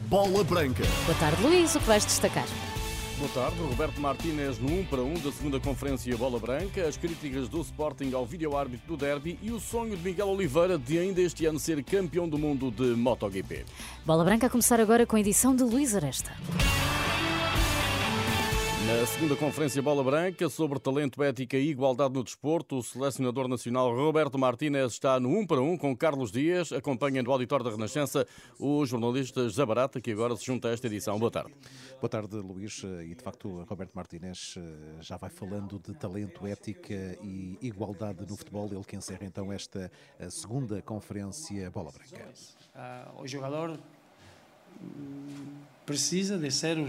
Bola Branca. Boa tarde, Luís. O que vais destacar? Boa tarde. Roberto Martínez no 1-1 da segunda conferência Bola Branca, as críticas do Sporting ao vídeo-árbitro do derby e o sonho de Miguel Oliveira de ainda este ano ser campeão do mundo de MotoGP. Bola Branca a começar agora com a edição de Luís Aresta. Na segunda conferência Bola Branca sobre talento, ética e igualdade no desporto, o selecionador nacional Roberto Martínez está no 1-1 com Carlos Dias. Acompanha no auditório da Renascença o jornalista José Barata, que agora se junta a esta edição. Boa tarde. Boa tarde, Luís. E de facto, Roberto Martínez já vai falando de talento, ética e igualdade no futebol. Ele que encerra então esta segunda conferência Bola Branca. O jogador precisa de ser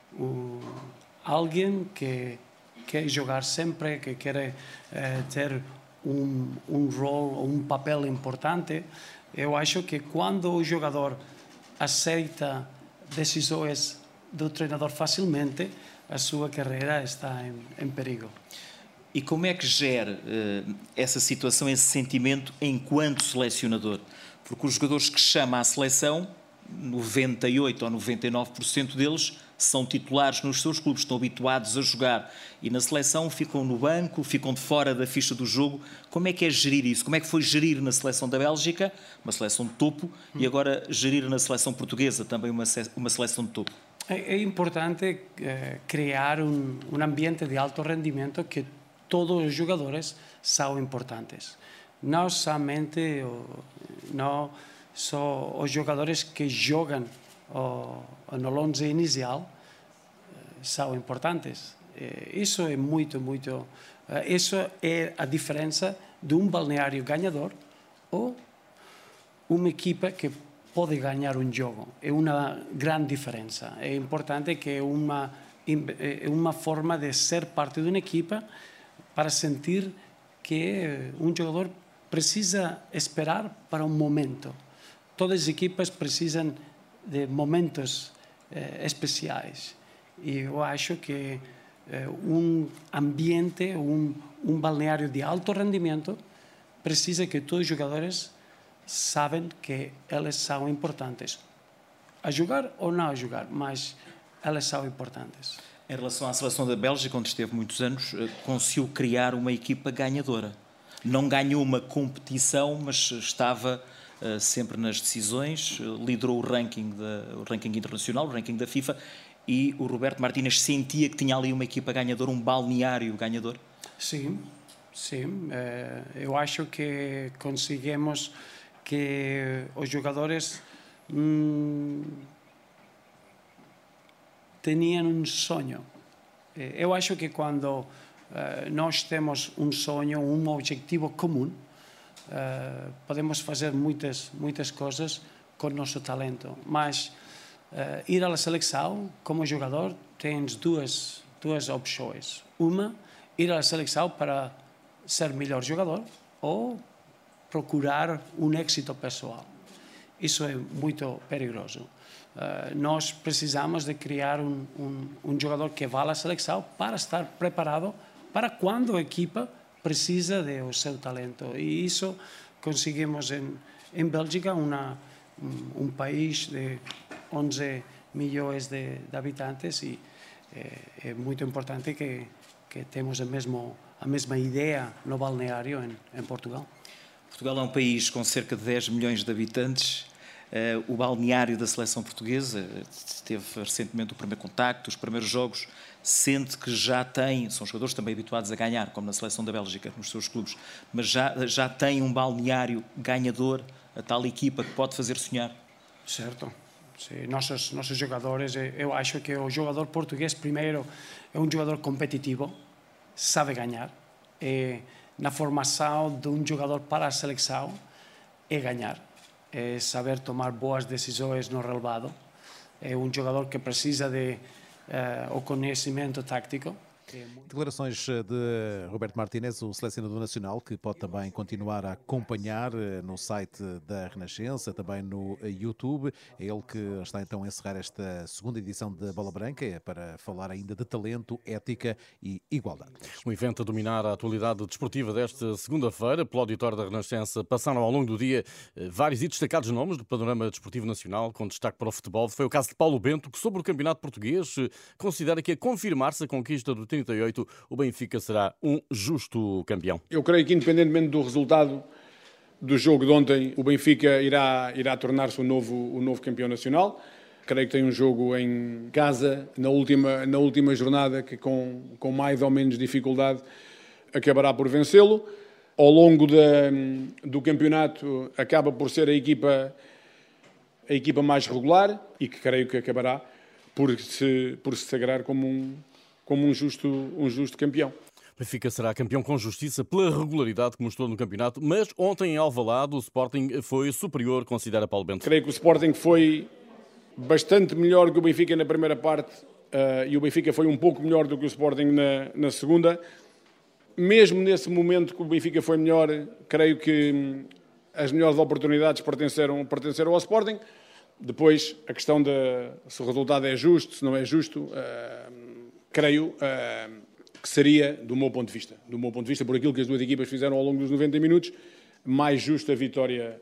alguém que quer jogar sempre, que quer ter rol ou um papel importante. Eu acho que quando o jogador aceita decisões do treinador facilmente, a sua carreira está em perigo. E como é que gera essa situação, esse sentimento enquanto selecionador? Porque os jogadores que chama à seleção, 98% ou 99% deles são titulares nos seus clubes, estão habituados a jogar e na seleção ficam no banco, ficam de fora da ficha do jogo. Como é que é gerir isso? Como é que foi gerir na seleção da Bélgica, uma seleção de topo, e agora gerir na seleção portuguesa, também uma seleção de topo? É importante criar um ambiente de alto rendimento que todos os jogadores são importantes. Não somente só os jogadores que jogam no 11 inicial são importantes. Isso é isso é a diferença de um balneário ganhador ou uma equipa que pode ganhar um jogo. É uma grande diferença. É importante que é uma forma de ser parte de uma equipa para sentir que um jogador precisa esperar para um momento. Todas as equipas precisam de momentos especiais. E eu acho que um ambiente, um balneário de alto rendimento precisa que todos os jogadores sabem que eles são importantes. A jogar ou não a jogar, mas eles são importantes. Em relação à seleção da Bélgica, onde esteve muitos anos, conseguiu criar uma equipa ganhadora. Não ganhou uma competição, mas estava sempre nas decisões, liderou o ranking internacional, o ranking da FIFA, e o Roberto Martínez sentia que tinha ali uma equipa ganhadora, um balneário ganhador? Sim. Eu acho que conseguimos que os jogadores tinham um sonho. Eu acho que quando nós temos um sonho, um objetivo comum, podemos fazer muitas coisas com o nosso talento, mas ir à seleção como jogador tens duas opções. Uma, ir à seleção para ser melhor jogador ou procurar um êxito pessoal. Isso é muito perigoso. Nós precisamos de criar um jogador que vá à seleção para estar preparado para quando a equipa precisa do seu talento. E isso conseguimos em Bélgica, um país de 11 milhões de habitantes, e é muito importante que temos a mesma ideia no balneário em Portugal. Portugal é um país com cerca de 10 milhões de habitantes. O balneário da seleção portuguesa teve recentemente o primeiro contacto, os primeiros jogos. Sente que já tem, são jogadores também habituados a ganhar, como na seleção da Bélgica, nos seus clubes, mas já tem um balneário ganhador, a tal equipa que pode fazer sonhar? Certo. Sim, nossos jogadores, eu acho que o jogador português, primeiro, é um jogador competitivo, sabe ganhar. Na formação de um jogador para a seleção é ganhar, é saber tomar boas decisões no relvado. É um jogador que precisa de o conhecimento tático. Declarações de Roberto Martínez, o selecionador nacional, que pode também continuar a acompanhar no site da Renascença, também no YouTube. É ele que está então a encerrar esta segunda edição da Bola Branca, para falar ainda de talento, ética e igualdade. Um evento a dominar a atualidade desportiva desta segunda-feira. Pelo auditório da Renascença passaram ao longo do dia vários e destacados nomes do panorama desportivo nacional, com destaque para o futebol. Foi o caso de Paulo Bento, que sobre o campeonato português considera que, a confirmar-se a conquista do 38, o Benfica será um justo campeão. Eu creio que, independentemente do resultado do jogo de ontem, o Benfica irá tornar-se o novo campeão nacional. Creio que tem um jogo em casa, na última jornada, que com mais ou menos dificuldade acabará por vencê-lo. Ao longo do campeonato acaba por ser a equipa mais regular e que creio que acabará por se sagrar como um justo campeão. O Benfica será campeão com justiça pela regularidade que mostrou no campeonato, mas ontem em Alvalade o Sporting foi superior, considera Paulo Bento. Creio que o Sporting foi bastante melhor que o Benfica na primeira parte e o Benfica foi um pouco melhor do que o Sporting na segunda. Mesmo nesse momento que o Benfica foi melhor, creio que as melhores oportunidades pertenceram ao Sporting. Depois, a questão de se o resultado é justo, se não é justo, creio que seria, do meu ponto de vista, por aquilo que as duas equipas fizeram ao longo dos 90 minutos, mais justa a vitória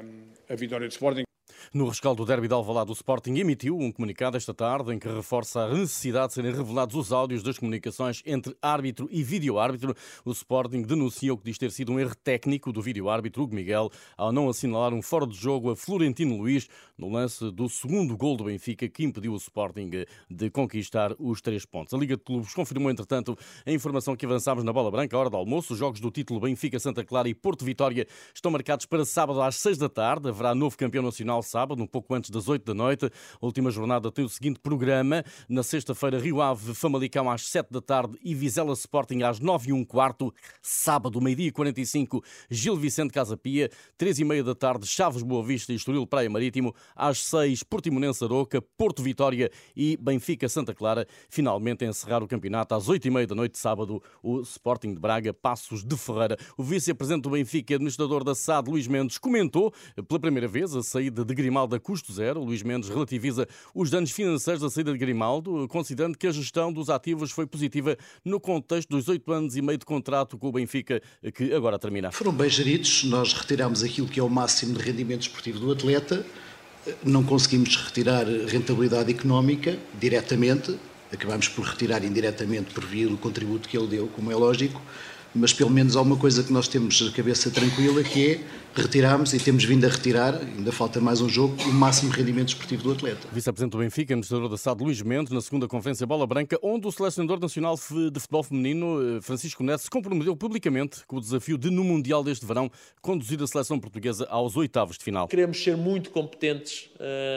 do Sporting. No rescaldo do derby de Alvalade, o Sporting emitiu um comunicado esta tarde em que reforça a necessidade de serem revelados os áudios das comunicações entre árbitro e vídeo-árbitro. O Sporting denuncia o que diz ter sido um erro técnico do vídeo-árbitro Hugo Miguel ao não assinalar um fora de jogo a Florentino Luís no lance do segundo gol do Benfica, que impediu o Sporting de conquistar os 3 pontos. A Liga de Clubes confirmou, entretanto, a informação que avançámos na Bola Branca, à hora do almoço. Os jogos do título Benfica, Santa Clara e Porto Vitória estão marcados para sábado às 6 da tarde. Haverá novo campeão nacional sábado, um pouco antes das 8 da noite. A última jornada tem o seguinte programa. Na sexta-feira, Rio Ave, Famalicão às 7 da tarde e Vizela Sporting às 9h15. Sábado, meio-dia e 45, Gil Vicente Casa Pia. 3h30 da tarde, Chaves Boa Vista e Estoril Praia Marítimo. Às 6, Portimonense Aroca, Porto Vitória e Benfica Santa Clara. Finalmente, a encerrar o campeonato às 8h30 da noite, sábado, o Sporting de Braga, Passos de Ferreira. O vice-presidente do Benfica, administrador da SAD, Luís Mendes, comentou pela primeira vez a saída de Grimaldo a custo zero. Luís Mendes relativiza os danos financeiros da saída de Grimaldo, considerando que a gestão dos ativos foi positiva no contexto dos 8 anos e meio de contrato com o Benfica, que agora termina. Foram bem geridos, nós retiramos aquilo que é o máximo de rendimento esportivo do atleta, não conseguimos retirar rentabilidade económica diretamente, acabamos por retirar indiretamente por via do contributo que ele deu, como é lógico, mas pelo menos há uma coisa que nós temos a cabeça tranquila, que é retirarmos, e temos vindo a retirar, ainda falta mais um jogo, o máximo rendimento esportivo do atleta. Vice-presidente do Benfica, administrador da SAD, Luís Mendes, na segunda conferência Bola Branca, onde o selecionador nacional de futebol feminino, Francisco Neto, se comprometeu publicamente com o desafio de, no Mundial deste verão, conduzir a seleção portuguesa aos 8avos de final. Queremos ser muito competentes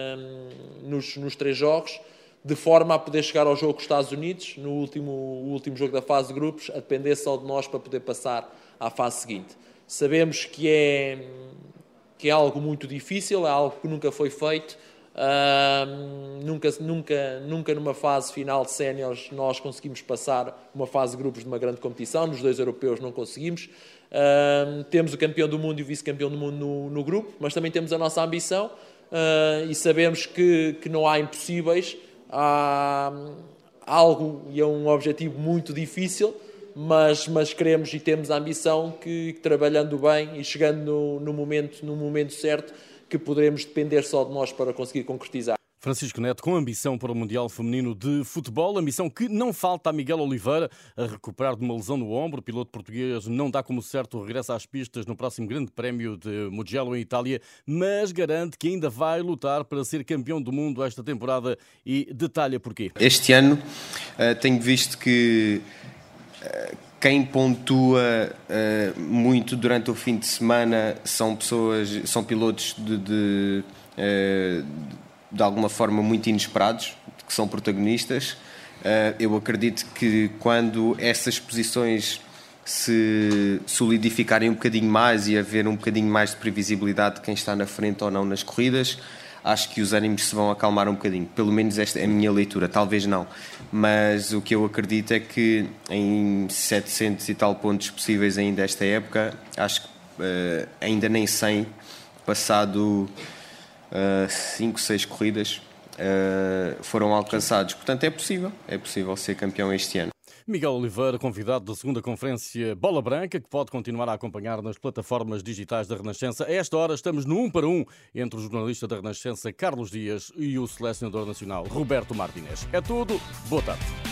nos 3 jogos, de forma a poder chegar ao jogo com os Estados Unidos, no último jogo da fase de grupos, a depender só de nós para poder passar à fase seguinte. Sabemos que é algo muito difícil, é algo que nunca foi feito. Nunca numa fase final de séniores nós conseguimos passar uma fase de grupos de uma grande competição, nos 2 europeus não conseguimos. Temos o campeão do mundo e o vice-campeão do mundo no grupo, mas também temos a nossa ambição e sabemos que não há impossíveis. Há algo e é um objetivo muito difícil, mas queremos e temos a ambição que trabalhando bem e chegando no momento certo, que poderemos depender só de nós para conseguir concretizar. Francisco Neto com ambição para o Mundial Feminino de Futebol, ambição que não falta a Miguel Oliveira, a recuperar de uma lesão no ombro. O piloto português não dá como certo o regresso às pistas no próximo Grande Prémio de Mugello em Itália, mas garante que ainda vai lutar para ser campeão do mundo esta temporada e detalha porquê. Este ano tenho visto que quem pontua muito durante o fim de semana são pilotos de alguma forma muito inesperados, que são protagonistas. Eu acredito que quando essas posições se solidificarem um bocadinho mais e haver um bocadinho mais de previsibilidade de quem está na frente ou não nas corridas, acho que os ânimos se vão acalmar um bocadinho. Pelo menos esta é a minha leitura, talvez não. Mas o que eu acredito é que em 700 e tal pontos possíveis ainda esta época, acho que ainda nem 100, passado 5, 6 corridas, foram alcançados. Portanto, é possível ser campeão este ano. Miguel Oliveira, convidado da segunda conferência Bola Branca, que pode continuar a acompanhar nas plataformas digitais da Renascença. A esta hora estamos no 1 para 1 entre o jornalista da Renascença Carlos Dias e o selecionador nacional Roberto Martínez. É tudo, boa tarde.